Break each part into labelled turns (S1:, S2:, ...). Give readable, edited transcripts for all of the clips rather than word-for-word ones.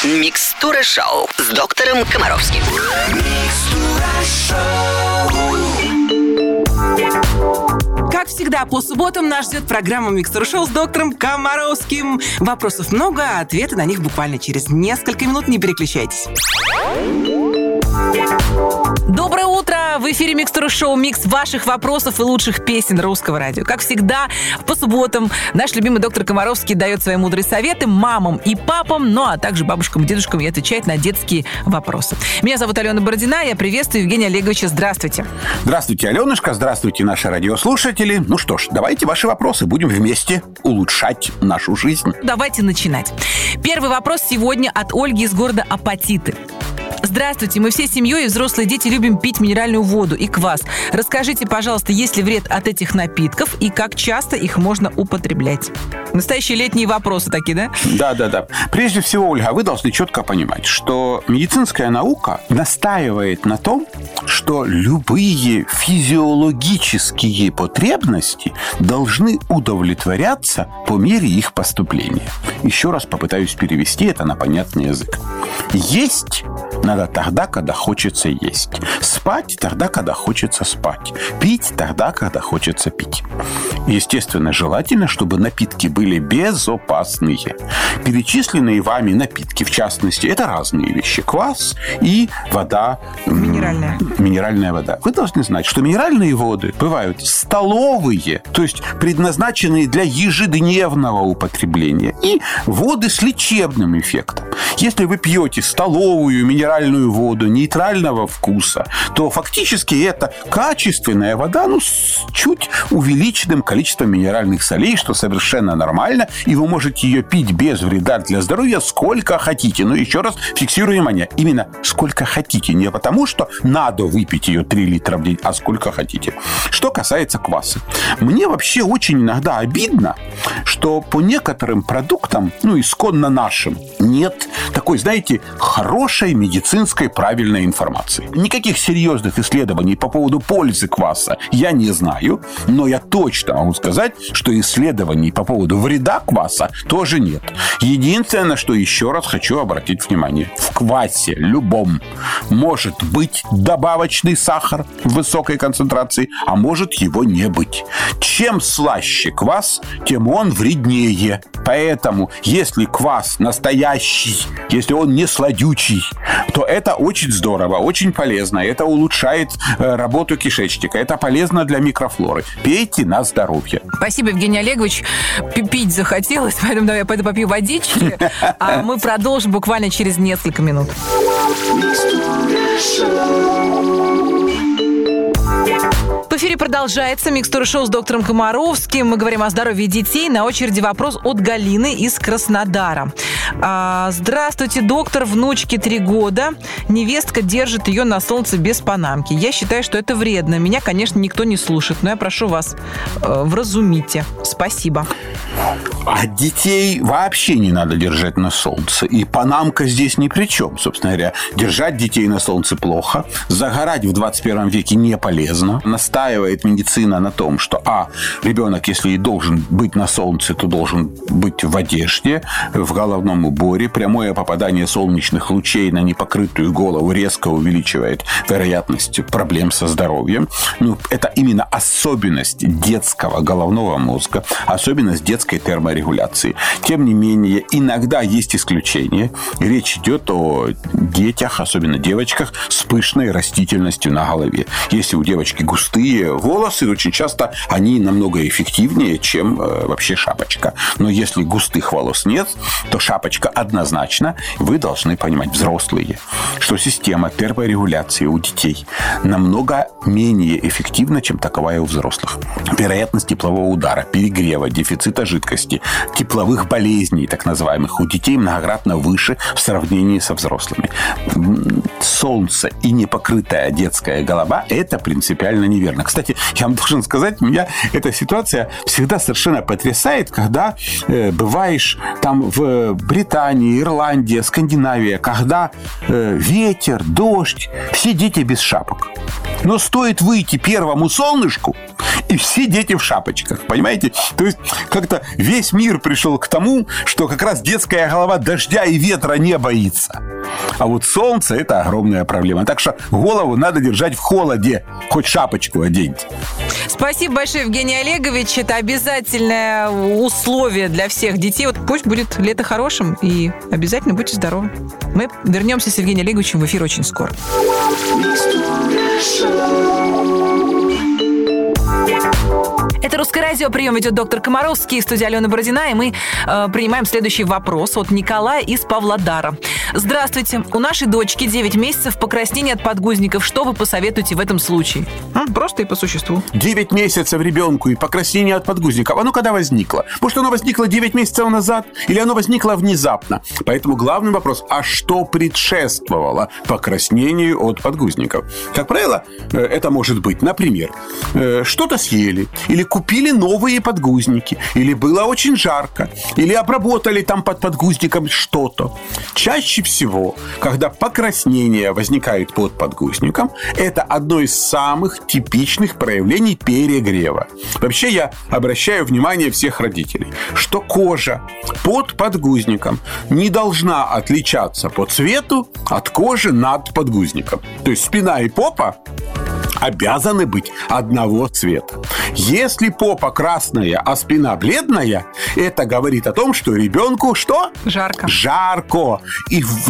S1: Микстура шоу с доктором Комаровским.
S2: Как всегда, по субботам нас ждет программа «Микстура шоу» с доктором Комаровским. Вопросов много, а ответы на них буквально через несколько минут. Не переключайтесь. Доброе утро! В эфире «Микстура шоу», микс ваших вопросов и лучших песен русского радио. Как всегда, по субботам наш любимый доктор Комаровский дает свои мудрые советы мамам и папам, ну а также бабушкам и дедушкам, и отвечает на детские вопросы. Меня зовут Алена Бородина, я приветствую Евгения Олеговича. Здравствуйте.
S3: Здравствуйте, Аленушка, здравствуйте, наши радиослушатели. Ну что ж, давайте ваши вопросы, будем вместе улучшать нашу жизнь.
S2: Давайте начинать. Первый вопрос сегодня от Ольги из города Апатиты. Здравствуйте, мы всей семьей и взрослые дети любим пить минеральную воду и квас. Расскажите, пожалуйста, есть ли вред от этих напитков и как часто их можно употреблять? Настоящие летние вопросы такие, да?
S3: Да. Прежде всего, Ольга, вы должны четко понимать, что медицинская наука настаивает на том, что любые физиологические потребности должны удовлетворяться по мере их поступления. Еще раз попытаюсь перевести это на понятный язык. Есть надо тогда, когда хочется есть. Спать тогда, когда хочется спать. Пить тогда, когда хочется пить. Естественно, желательно, чтобы напитки были безопасные. Перечисленные вами напитки, в частности, это разные вещи. Квас и вода.
S2: Минеральная.
S3: Минеральная вода. Вы должны знать, что минеральные воды бывают столовые, то есть предназначенные для ежедневного употребления, и воды с лечебным эффектом. Если вы пьете столовую минеральную воду нейтрального вкуса, то фактически это качественная вода, с чуть увеличенным количеством минеральных солей, что совершенно нормально, и вы можете ее пить без вреда для здоровья сколько хотите. Но еще раз фиксируем именно сколько хотите. Не потому, что надо выпить ее 3 литра в день, а сколько хотите. Что касается кваса. Мне вообще очень иногда обидно, что по некоторым продуктам, исконно нашим, нет такой, знаете, хорошей медицинской правильной информации. Никаких серьезных исследований по поводу пользы кваса я не знаю, но я точно могу сказать, что исследований по поводу вреда кваса тоже нет. Единственное, на что еще раз хочу обратить внимание. В квасе любом может быть добавочный сахар в высокой концентрации, а может его не быть. Чем слаще квас, тем он вреднее. Поэтому, если квас настоящий, если он не сладючий, то это очень здорово, очень полезно. Это улучшает работу кишечника. Это полезно для микрофлоры. Пейте на здоровье.
S2: Спасибо, Евгений Олегович. Пить захотелось, поэтому давай я пойду попью водички. А мы продолжим буквально через несколько минут. В эфире продолжается «Микстура шоу» с доктором Комаровским. Мы говорим о здоровье детей. На очереди вопрос от Галины из Краснодара. Здравствуйте, доктор. Внучке 3 года. Невестка держит ее на солнце без панамки. Я считаю, что это вредно. Меня, конечно, никто не слушает, но я прошу вас, вразумите. Спасибо.
S3: А детей вообще не надо держать на солнце. И панамка здесь ни при чем. Собственно говоря, держать детей на солнце плохо. Загорать в 21 веке не полезно. Настаивает медицина на том, что ребенок, если и должен быть на солнце, то должен быть в одежде, в головном уборе. Прямое попадание солнечных лучей на непокрытую голову резко увеличивает вероятность проблем со здоровьем. Это именно особенность детского головного мозга, особенность детской терморегуляции. Тем не менее, иногда есть исключения. Речь идет о детях, особенно девочках, с пышной растительностью на голове. Если у девочки густые волосы, очень часто они намного эффективнее, чем вообще шапочка. Но если густых волос нет, то шапочка однозначно. Вы должны понимать, взрослые, что система терморегуляции у детей намного менее эффективна, чем таковая у взрослых. Вероятность теплового удара, перегрева, дефицита жидкости, тепловых болезней, так называемых, у детей многократно выше в сравнении со взрослыми. Солнце и непокрытая детская голова – это принципиально неверно. Кстати, я вам должен сказать, меня эта ситуация всегда совершенно потрясает, когда бываешь там в Британии, Ирландии, Скандинавии, когда ветер, дождь, все дети без шапок. Но стоит выйти первому солнышку, и все дети в шапочках, понимаете? То есть как-то весь мир пришел к тому, что как раз детская голова дождя и ветра не боится. А вот солнце – это огромная проблема. Так что голову надо держать в холоде. Хоть шапочку оденьте.
S2: Спасибо большое, Евгений Олегович. Это обязательное условие для всех детей. Вот пусть будет лето хорошим, и обязательно будьте здоровы. Мы вернемся с Евгением Олеговичем в эфир очень скоро. Это «Русское радио». Прием ведет доктор Комаровский, студия Алена Бородина. И мы принимаем следующий вопрос от Николая из Павлодара. Здравствуйте. У нашей дочки 9 месяцев покраснение от подгузников. Что вы посоветуете в этом случае? Просто и по существу.
S3: 9 месяцев ребенку и покраснение от подгузников. Оно когда возникло? Может, оно возникло 9 месяцев назад? Или оно возникло внезапно? Поэтому главный вопрос, а что предшествовало покраснению от подгузников? Как правило, это может быть, например, что-то съели, или купили новые подгузники, или было очень жарко, или обработали там под подгузником что-то. Чаще всего, когда покраснение возникает под подгузником, это одно из самых типичных проявлений перегрева. Вообще я обращаю внимание всех родителей, что кожа под подгузником не должна отличаться по цвету от кожи над подгузником. То есть спина и попа обязаны быть одного цвета. Если попа красная, а спина бледная, это говорит о том, что ребенку что?
S2: Жарко.
S3: Жарко. И в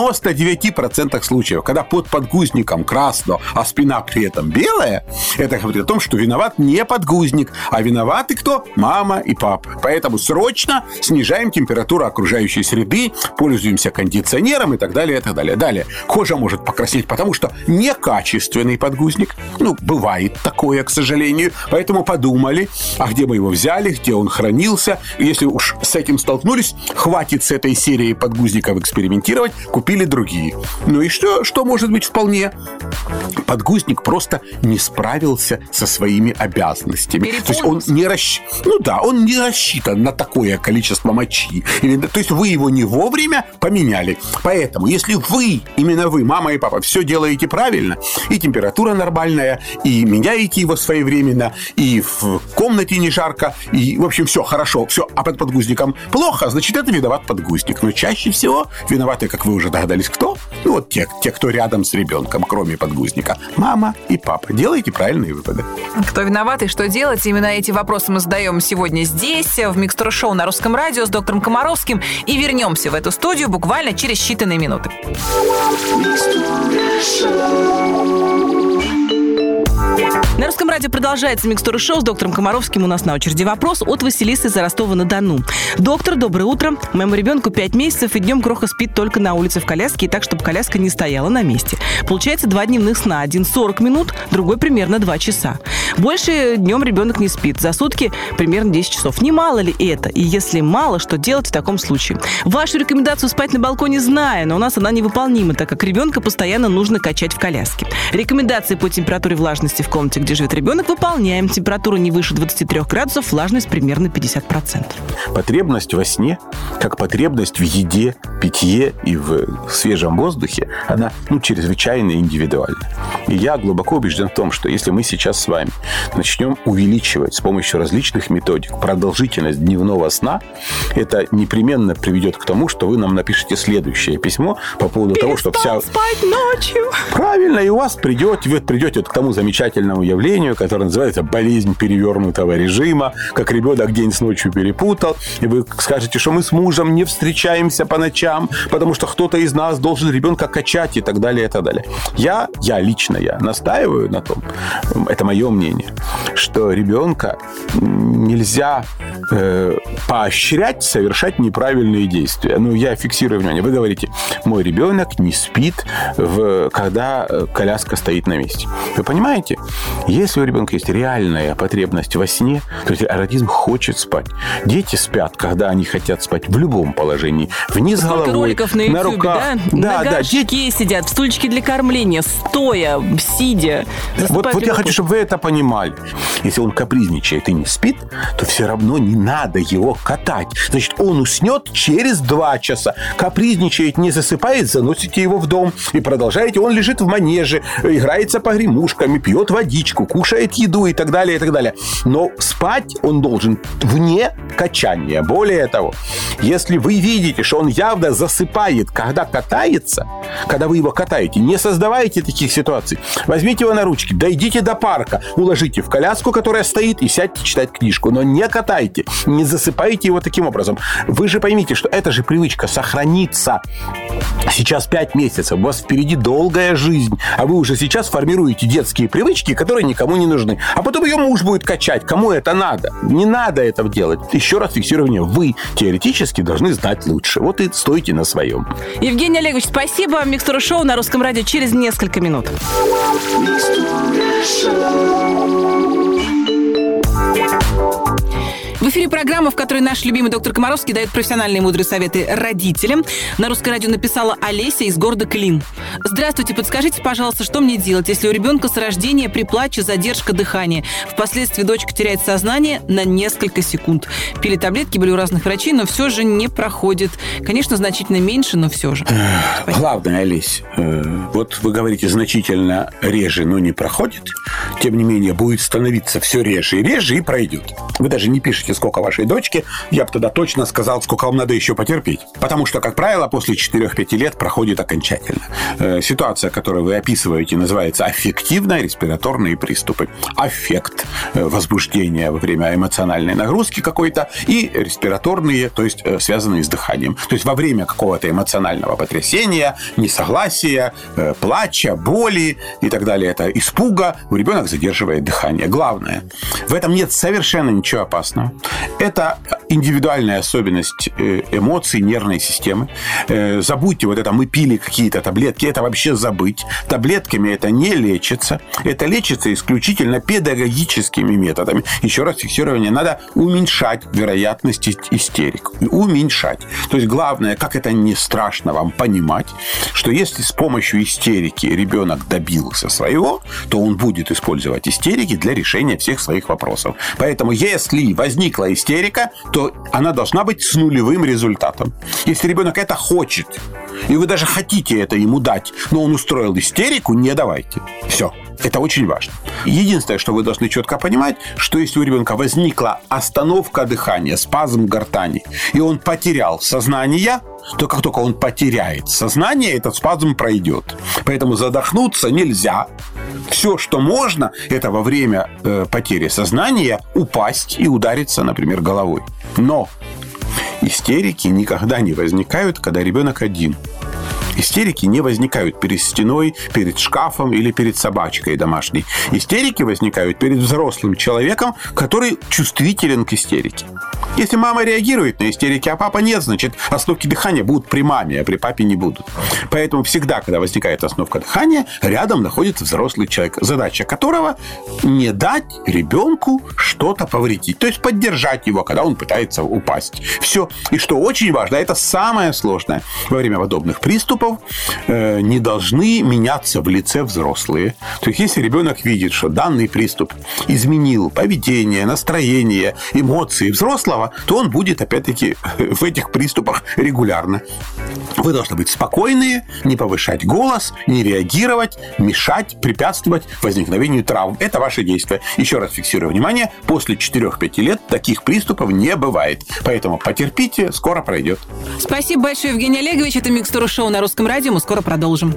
S3: 99% случаев, когда под подгузником красно, а спина при этом белая, это говорит о том, что виноват не подгузник, а виноваты кто? Мама и папа. Поэтому срочно снижаем температуру окружающей среды, пользуемся кондиционером и так далее, и так далее. Далее. Кожа может покраснеть, потому что некачественный подгузник. Бывает такое, к сожалению. Поэтому подумали, а где мы его взяли, где он хранился. Если уж с этим столкнулись, хватит с этой серией подгузников экспериментировать, купили другие. И что может быть вполне? Подгузник просто не справился со своими обязанностями. То есть он не он не рассчитан на такое количество мочи. То есть вы его не вовремя поменяли. Поэтому, если именно вы, мама и папа, все делаете правильно, и температура нормальная, и меняете его своевременно, и в комнате не жарко, и, в общем, все хорошо, все, а под подгузником плохо, значит, это виноват подгузник. Но чаще всего виноваты, как вы уже догадались, кто? Те, кто рядом с ребенком, кроме подгузника. Мама и папа. Делайте правильные выводы.
S2: Кто виноват и что делать? Именно эти вопросы мы задаем сегодня здесь, в Микстура-шоу на Русском радио с доктором Комаровским. И вернемся в эту студию буквально через считанные минуты. На Русском радио продолжается Микстура-шоу с доктором Комаровским. У нас на очереди вопрос от Василисы из Ростова-на-Дону. Доктор, доброе утро. Моему ребенку 5 месяцев, и днем Кроха спит только на улице в коляске, и так, чтобы коляска не стояла на месте. Получается 2 дневных сна. Один 40 минут, другой примерно 2 часа. Больше днем ребенок не спит. За сутки примерно 10 часов. Не мало ли это? И если мало, что делать в таком случае? Вашу рекомендацию спать на балконе знаю, но у нас она невыполнима, так как ребенка постоянно нужно качать в коляске. Рекомендации по температуре влажности в комнате, где живет ребенок, выполняем. Температура не выше 23 градусов, влажность примерно 50%.
S3: Потребность во сне, как потребность в еде, питье и в свежем воздухе, она чрезвычайно индивидуальна. И я глубоко убежден в том, что если мы сейчас с вами начнем увеличивать с помощью различных методик продолжительность дневного сна, это непременно приведет к тому, что вы нам напишите следующее письмо по поводу того, что
S2: спать ночью.
S3: Правильно, и вы придете к тому замечательному явлению, которое называется болезнь перевернутого режима, как ребенок день с ночью перепутал, и вы скажете, что мы с мужем не встречаемся по ночам, потому что кто-то из нас должен ребенка качать и так далее, и так далее. Я лично настаиваю на том, это мое мнение, что ребенка нельзя поощрять совершать неправильные действия. Я фиксирую внимание. Вы говорите, мой ребенок не спит, когда коляска стоит на месте. Вы понимаете? Если у ребенка есть реальная потребность во сне, то есть организм хочет спать. Дети спят, когда они хотят спать в любом положении. Вниз
S2: сколько
S3: головой,
S2: роликов на YouTube,
S3: на руках.
S2: Да? На горшке сидят, в стульчике для кормления, стоя, сидя.
S3: Вот я хочу, чтобы вы это понимали. Если он капризничает и не спит, то все равно не не надо его катать. Значит, он уснет через 2 часа. Капризничает, не засыпает, заносите его в дом и продолжаете. Он лежит в манеже, играется погремушками, пьет водичку, кушает еду и так далее, и так далее. Но спать он должен вне качания. Более того, если вы видите, что он явно засыпает, когда катается, когда вы его катаете, не создавайте таких ситуаций. Возьмите его на ручки, дойдите до парка, уложите в коляску, которая стоит, и сядьте читать книжку. Но не катайте, не засыпайте его таким образом. Вы же поймите, что эта же привычка сохранится. Сейчас 5 месяцев, у вас впереди долгая жизнь, а вы уже сейчас формируете детские привычки, которые никому не нужны. А потом ее муж будет качать. Кому это надо? Не надо этого делать. Еще раз фиксирование. Вы теоретически должны знать лучше. Вот и стойте на своем.
S2: Евгений Олегович, спасибо. Микстура шоу на Русском радио через несколько минут. В эфире программа, в которой наш любимый доктор Комаровский дает профессиональные мудрые советы родителям. На Русское радио написала Олеся из города Клин. Здравствуйте, подскажите, пожалуйста, что мне делать, если у ребенка с рождения при плаче задержка дыхания? Впоследствии дочка теряет сознание на несколько секунд. Пили таблетки, были у разных врачей, но все же не проходит. Конечно, значительно меньше, но все же.
S3: Главное, Олесь, вот вы говорите значительно реже, но не проходит. Тем не менее, будет становиться все реже и реже и пройдет. Вы даже не пишете, сколько вашей дочке, я бы тогда точно сказал, сколько вам надо еще потерпеть. Потому что, как правило, после 4-5 лет проходит окончательно. Ситуация, которую вы описываете, называется аффективные респираторные приступы. Аффект – возбуждение во время эмоциональной нагрузки какой-то, и респираторные, то есть связанные с дыханием. То есть во время какого-то эмоционального потрясения, несогласия, плача, боли и так далее, это испуга, ребенок задерживает дыхание. Главное, в этом нет совершенно ничего опасного. Это индивидуальная особенность эмоций, нервной системы. Забудьте вот это, мы пили какие-то таблетки, это вообще забыть. Таблетками это не лечится. Это лечится исключительно педагогическими методами. Еще раз фиксирование. Надо уменьшать вероятность истерик. Уменьшать. То есть главное, как это не страшно вам понимать, что если с помощью истерики ребенок добился своего, то он будет использовать истерики для решения всех своих вопросов. Поэтому если возникла истерика, то она должна быть с нулевым результатом. Если ребенок это хочет, и вы даже хотите это ему дать, но он устроил истерику, не давайте. Все. Это очень важно. Единственное, что вы должны четко понимать, что если у ребенка возникла остановка дыхания, спазм гортани, и он потерял сознание, то как только он потеряет сознание, этот спазм пройдет. Поэтому задохнуться нельзя. Все, что можно, это во время потери сознания упасть и удариться, например, головой. Но истерики никогда не возникают, когда ребенок один. Истерики не возникают перед стеной, перед шкафом или перед собачкой домашней. Истерики возникают перед взрослым человеком, который чувствителен к истерике. Если мама реагирует на истерики, а папа нет, значит, остановки дыхания будут при маме, а при папе не будут. Поэтому всегда, когда возникает остановка дыхания, рядом находится взрослый человек, задача которого не дать ребенку что-то повредить. То есть поддержать его, когда он пытается упасть. Все. И что очень важно, это самое сложное. Во время подобных приступов не должны меняться в лице взрослые. То есть если ребенок видит, что данный приступ изменил поведение, настроение, эмоции взрослого, то он будет, опять-таки, в этих приступах регулярно. Вы должны быть спокойные, не повышать голос, не реагировать, мешать, препятствовать возникновению травм. Это ваше действие. Еще раз фиксирую внимание, после 4-5 лет таких приступов не бывает. Поэтому потерпите, скоро пройдет.
S2: Спасибо большое, Евгений Олегович. Это «Микстура шоу» на Русском радио. Мы скоро продолжим.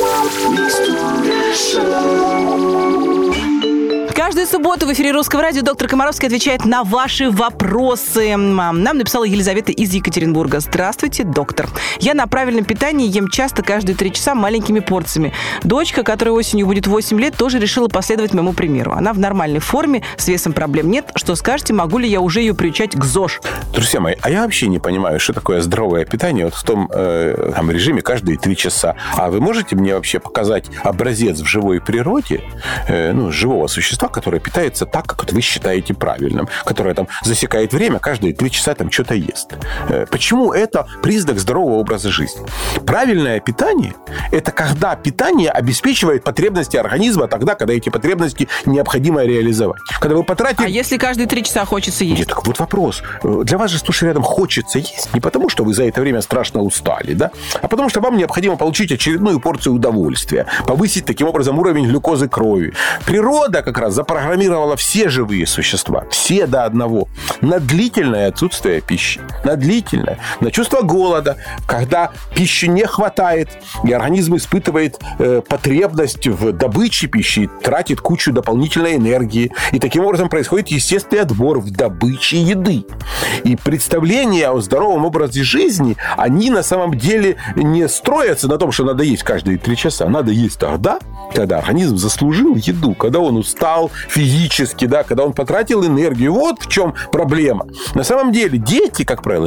S2: Каждую субботу в эфире Русского радио доктор Комаровский отвечает на ваши вопросы. Нам написала Елизавета из Екатеринбурга. Здравствуйте, доктор. Я на правильном питании ем часто каждые 3 часа маленькими порциями. Дочка, которой осенью будет 8 лет, тоже решила последовать моему примеру. Она в нормальной форме, с весом проблем нет. Что скажете, могу ли я уже ее приучать к ЗОЖ?
S3: Друзья мои, а я вообще не понимаю, что такое здоровое питание вот в том режиме каждые 3 часа. А вы можете мне вообще показать образец в живой природе, живого существа, которая питается так, как вы считаете правильным, которая там засекает время, каждые 3 часа там что-то ест. Почему это признак здорового образа жизни? Правильное питание – это когда питание обеспечивает потребности организма тогда, когда эти потребности необходимо реализовать. Когда вы потратите...
S2: А если каждые 3 часа хочется есть?
S3: Нет, так вот вопрос. Для вас же сплошь и рядом хочется есть не потому, что вы за это время страшно устали, да? А потому что вам необходимо получить очередную порцию удовольствия, повысить таким образом уровень глюкозы крови. Природа как раз запрограммировала все живые существа, все до одного, на длительное отсутствие пищи. На длительное. На чувство голода, когда пищи не хватает, и организм испытывает потребность в добыче пищи и тратит кучу дополнительной энергии. И таким образом происходит естественный отбор в добыче еды. И представления о здоровом образе жизни, они на самом деле не строятся на том, что надо есть каждые 3 часа. Надо есть тогда, когда организм заслужил еду, когда он устал физически, да, когда он потратил энергию. Вот в чем проблема. На самом деле дети, как правило,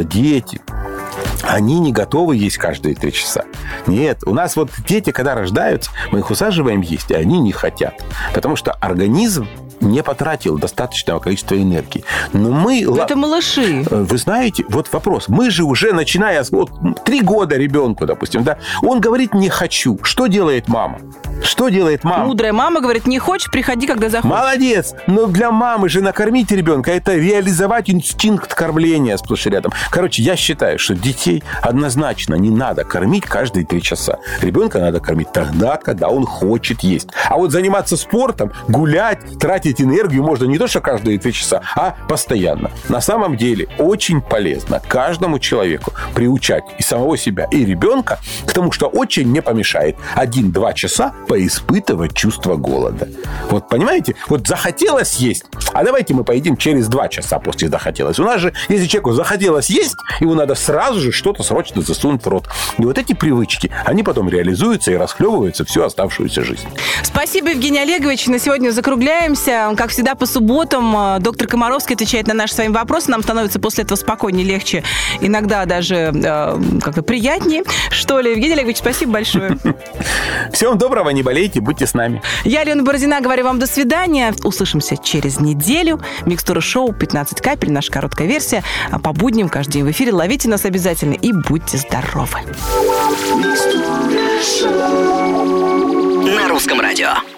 S3: они не готовы есть каждые 3 часа. Нет, у нас вот дети, когда рождаются, мы их усаживаем есть, и они не хотят. Потому что организм не потратил достаточного количества энергии. Но мы...
S2: Это малыши.
S3: Вы знаете, вот вопрос. Мы же уже, начиная с 3 года ребенку, допустим, да, он говорит «не хочу». Что делает мама? Что делает мама?
S2: Мудрая мама говорит: не хочешь, приходи, когда захочешь.
S3: Молодец! Но для мамы же накормить ребенка – это реализовать инстинкт кормления сплошь и рядом. Короче, я считаю, что детей однозначно не надо кормить каждые 3 часа. Ребенка надо кормить тогда, когда он хочет есть. А вот заниматься спортом, гулять, тратить энергию можно не то, что каждые 3 часа, а постоянно. На самом деле очень полезно каждому человеку приучать и самого себя, и ребенка к тому, что очень не помешает 1-2 часа поиспытывать чувство голода. Вот понимаете? Вот захотелось есть, а давайте мы поедим через 2 часа после захотелось. У нас же, если человеку захотелось есть, ему надо сразу же что-то срочно засунуть в рот. И вот эти привычки, они потом реализуются и расхлебываются всю оставшуюся жизнь.
S2: Спасибо, Евгений Олегович. На сегодня закругляемся. Как всегда, по субботам доктор Комаровский отвечает на наши с вами вопросы. Нам становится после этого спокойнее, легче, иногда даже как-то приятнее, что ли. Евгений Олегович, спасибо большое.
S3: Всего доброго, не болейте, будьте с нами.
S2: Я, Алена Бородина, говорю вам до свидания. Услышимся через неделю. Микстура шоу 15 капель, наша короткая версия. По будням каждый день в эфире. Ловите нас обязательно и будьте здоровы.
S1: На Русском радио.